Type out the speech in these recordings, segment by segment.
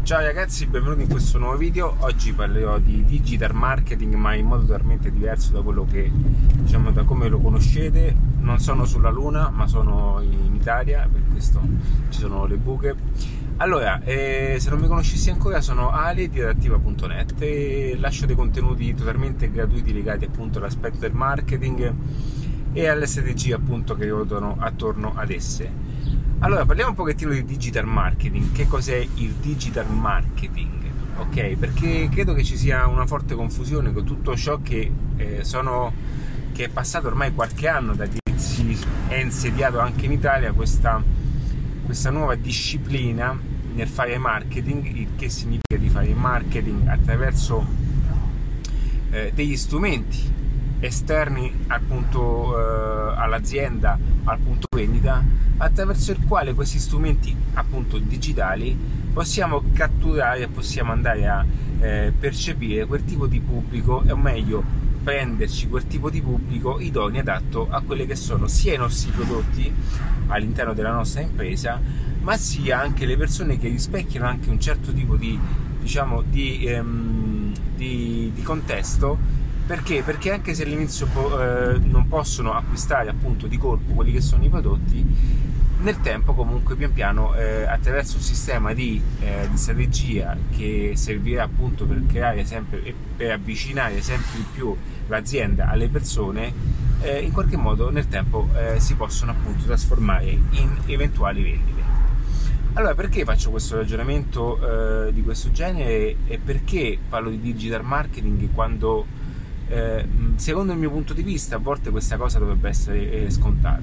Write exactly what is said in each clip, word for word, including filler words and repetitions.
Ciao ragazzi, benvenuti in questo nuovo video. Oggi parlerò di digital marketing, ma in modo totalmente diverso da quello che, diciamo, da come lo conoscete. Non sono sulla Luna, ma sono in Italia, per questo ci sono le buche. Allora, eh, se non mi conoscessi ancora, sono Ali di adattiva punto net e lascio dei contenuti totalmente gratuiti legati appunto all'aspetto del marketing e alle strategie appunto che ruotano attorno ad esse. Allora, parliamo un pochettino di digital marketing. Che cos'è il digital marketing? Ok, perché credo che ci sia una forte confusione con tutto ciò che eh, sono che è passato ormai qualche anno da che si è insediato anche in Italia questa, questa nuova disciplina nel fare marketing. Il che significa di fare marketing attraverso eh, degli strumenti esterni appunto eh, all'azienda, al punto vendita, attraverso il quale questi strumenti appunto digitali possiamo catturare e possiamo andare a eh, percepire quel tipo di pubblico, o meglio prenderci quel tipo di pubblico idoneo, adatto a quelle che sono sia i nostri prodotti all'interno della nostra impresa, ma sia anche le persone che rispecchiano anche un certo tipo di, diciamo, di, ehm, di, di contesto. Perché? Perché anche se all'inizio eh, non possono acquistare appunto di colpo quelli che sono i prodotti, nel tempo comunque pian piano eh, attraverso un sistema di, eh, di strategia che servirà appunto per creare sempre e per avvicinare sempre di più l'azienda alle persone, eh, in qualche modo nel tempo eh, si possono appunto trasformare in eventuali vendite. Allora, perché faccio questo ragionamento eh, di questo genere e perché parlo di digital marketing quando Eh, secondo il mio punto di vista a volte questa cosa dovrebbe essere eh, scontata?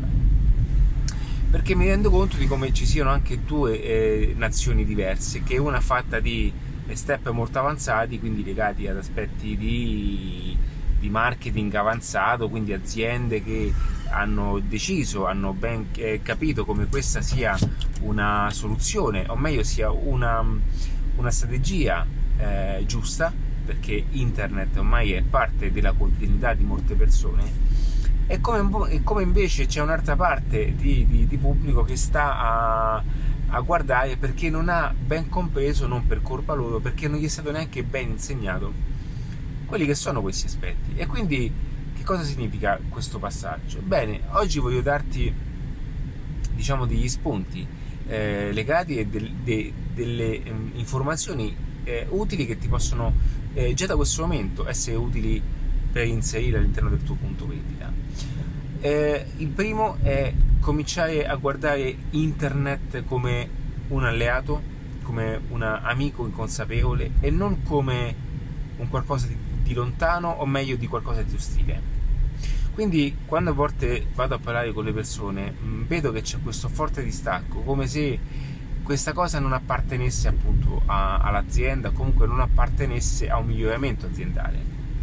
Perché mi rendo conto di come ci siano anche due eh, nazioni diverse, che una fatta di step molto avanzati, quindi legati ad aspetti di, di marketing avanzato, quindi aziende che hanno deciso, hanno ben eh, capito come questa sia una soluzione, o meglio sia una, una strategia eh, giusta, perché internet ormai è parte della quotidianità di molte persone, e come, e come invece c'è un'altra parte di, di, di pubblico che sta a, a guardare perché non ha ben compreso, non per colpa loro, perché non gli è stato neanche ben insegnato quelli che sono questi aspetti. E quindi che cosa significa questo passaggio? Bene, oggi voglio darti, diciamo, degli spunti eh, legati a del, de, delle um, informazioni eh, utili che ti possono Eh, già da questo momento essere utili per inserire all'interno del tuo punto vendita. Eh, il primo è cominciare a guardare internet come un alleato, come un amico inconsapevole e non come un qualcosa di, di lontano, o meglio di qualcosa di ostile. Quindi quando a volte vado a parlare con le persone mh, vedo che c'è questo forte distacco, come se questa cosa non appartenesse appunto a, all'azienda, comunque non appartenesse a un miglioramento aziendale.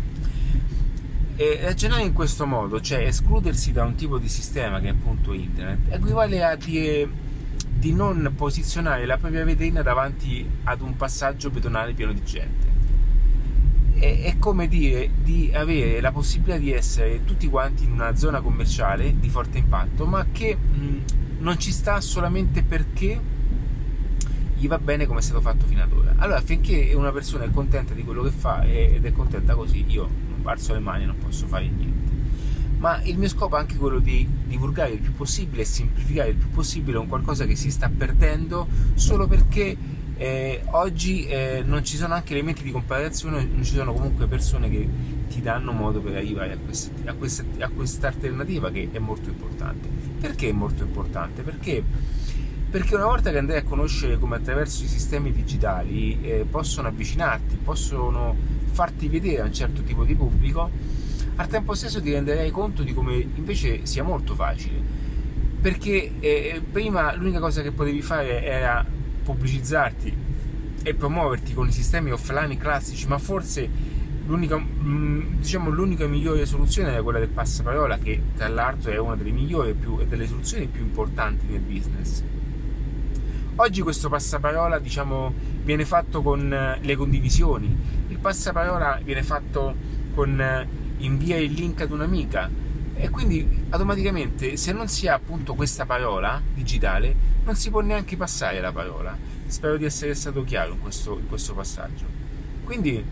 E ragionare in questo modo, cioè escludersi da un tipo di sistema che è appunto internet, equivale a dire di non posizionare la propria vetrina davanti ad un passaggio pedonale pieno di gente. È, è come dire di avere la possibilità di essere tutti quanti in una zona commerciale di forte impatto, ma che mh, non ci sta solamente perché gli va bene come è stato fatto fino ad ora. Allora, finché una persona è contenta di quello che fa ed è contenta così, io non alzo le mani, non posso fare niente. Ma il mio scopo è anche quello di divulgare il più possibile e semplificare il più possibile un qualcosa che si sta perdendo solo perché eh, oggi eh, non ci sono anche elementi di comparazione, non ci sono comunque persone che ti danno modo per arrivare a questa, a questa, a questa alternativa che è molto importante. Perché è molto importante? Perché Perché una volta che andrai a conoscere come attraverso i sistemi digitali eh, possono avvicinarti, possono farti vedere a un certo tipo di pubblico, al tempo stesso ti renderai conto di come invece sia molto facile. Perché eh, prima l'unica cosa che potevi fare era pubblicizzarti e promuoverti con i sistemi offline classici, ma forse l'unica, mh, diciamo, l'unica migliore soluzione era quella del passaparola, che tra l'altro è una delle migliori e più, delle soluzioni più importanti nel business. Oggi questo passaparola, diciamo, viene fatto con le condivisioni, il passaparola viene fatto con invia il link ad un'amica, E quindi automaticamente, se non si ha appunto questa parola digitale, non si può neanche passare la parola. Spero di essere stato chiaro in questo, in questo passaggio. Quindi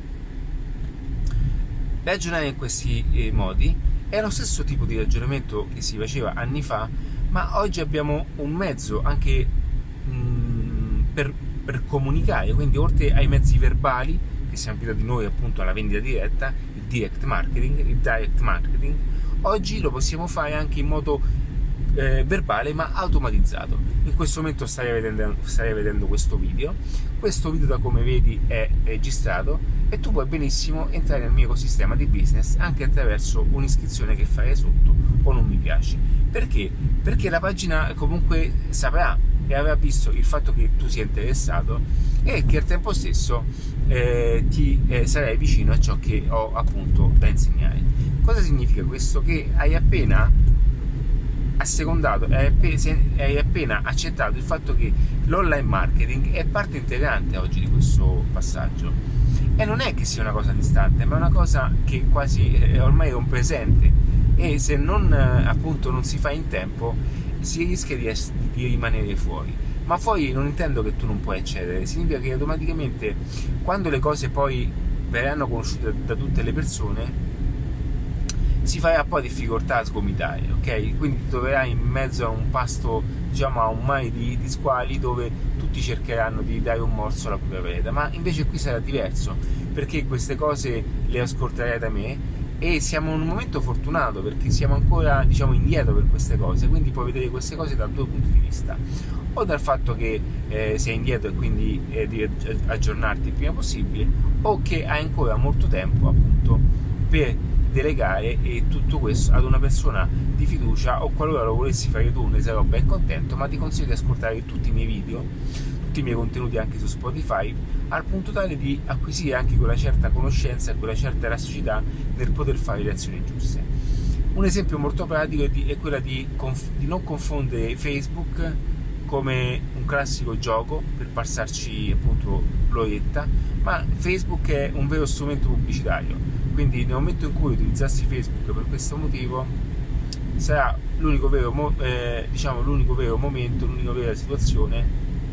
ragionare in questi eh, modi è lo stesso tipo di ragionamento che si faceva anni fa, ma oggi abbiamo un mezzo anche mh, per, per comunicare. Quindi oltre ai mezzi verbali che siamo abituati noi appunto alla vendita diretta, il direct marketing, il direct marketing, oggi lo possiamo fare anche in modo eh, verbale ma automatizzato. In questo momento stai vedendo, stai vedendo questo video. Questo video, da come vedi, è registrato e tu puoi benissimo entrare nel mio ecosistema di business anche attraverso un'iscrizione che fai sotto o non mi piaci. Perché? Perché la pagina comunque saprà e avrà visto il fatto che tu sia interessato e che al tempo stesso eh, ti eh, sarai vicino a ciò che ho appunto da insegnare. Cosa significa questo? Che hai appena assecondato, hai appena, hai appena accettato il fatto che l'online marketing è parte integrante oggi di questo passaggio, e non è che sia una cosa distante, ma è una cosa che quasi eh, ormai è un presente, e se non eh, appunto non si fa in tempo si rischia di, es- di rimanere fuori. Ma fuori non intendo che tu non puoi accedere, significa che automaticamente quando le cose poi verranno conosciute da, da tutte le persone si farà poi difficoltà a sgomitare, ok? Quindi ti troverai in mezzo a un pasto, diciamo a un mare di, di squali, dove tutti cercheranno di dare un morso alla propria preda, ma invece qui sarà diverso, perché queste cose le ascolterai da me e siamo in un momento fortunato perché siamo ancora, diciamo, indietro per queste cose, quindi puoi vedere queste cose da due punti di vista: o dal fatto che eh, sei indietro e quindi eh, devi aggiornarti il prima possibile, o che hai ancora molto tempo appunto per delegare e tutto questo ad una persona di fiducia, o qualora lo volessi fare tu ne sarò ben contento, ma ti consiglio di ascoltare tutti i miei video, tutti i miei contenuti anche su Spotify, al punto tale di acquisire anche quella certa conoscenza e quella certa elasticità nel poter fare le azioni giuste. Un esempio molto pratico è, di, è quella di, conf, di non confondere Facebook come un classico gioco per passarci appunto l'oretta, ma Facebook è un vero strumento pubblicitario. Quindi nel momento in cui utilizzassi Facebook per questo motivo, sarà l'unico vero, eh, diciamo, l'unico vero momento, l'unica vera situazione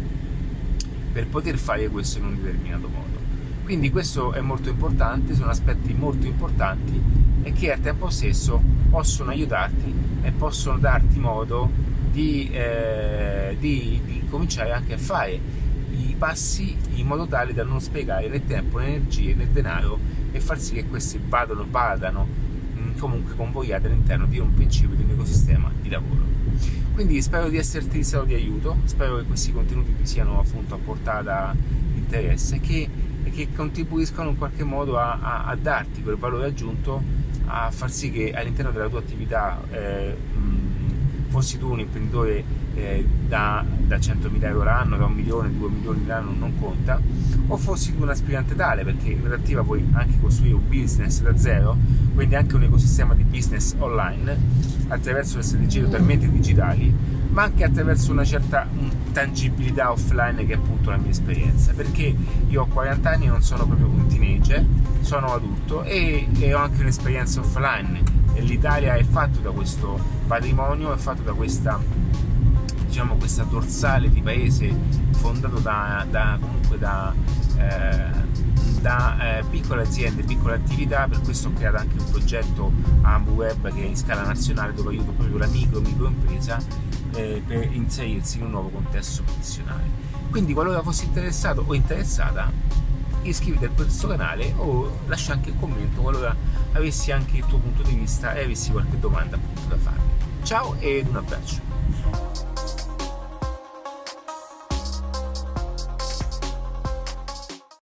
per poter fare questo in un determinato modo. Quindi questo è molto importante, sono aspetti molto importanti e che al tempo stesso possono aiutarti e possono darti modo di, eh, di, di cominciare anche a fare i passi in modo tale da non sprecare né tempo, né energie, né denaro, e far sì che questi vadano, vadano mh, comunque convogliati all'interno di un principio, di un ecosistema di lavoro. Quindi spero di esserti stato di aiuto, spero che questi contenuti ti siano appunto a portata di interesse e che, e che contribuiscano in qualche modo a, a, a darti quel valore aggiunto, a far sì che all'interno della tua attività eh, mh, fossi tu un imprenditore eh, da, da centomila euro l'anno, da un milione, due milioni l'anno, non conta, o fossi tu un aspirante tale, perché in relativa puoi anche costruire un business da zero, quindi anche un ecosistema di business online attraverso le strategie totalmente digitali, ma anche attraverso una certa tangibilità offline, che è appunto la mia esperienza, perché io ho quaranta anni e non sono proprio un teenager, sono adulto e, e ho anche un'esperienza offline, e l'Italia è fatto da questo patrimonio, è fatto da questa, diciamo, questa dorsale di paese fondato da, da comunque da, eh, da eh, piccole aziende, piccole attività. Per questo ho creato anche un progetto AmbuWeb che è in scala nazionale, dove aiuto proprio la micro microimpresa eh, per inserirsi in un nuovo contesto professionale. Quindi qualora fossi interessato o interessata, iscriviti a questo canale o lascia anche un commento qualora avessi anche il tuo punto di vista e avessi qualche domanda appunto da farmi. Ciao ed un abbraccio.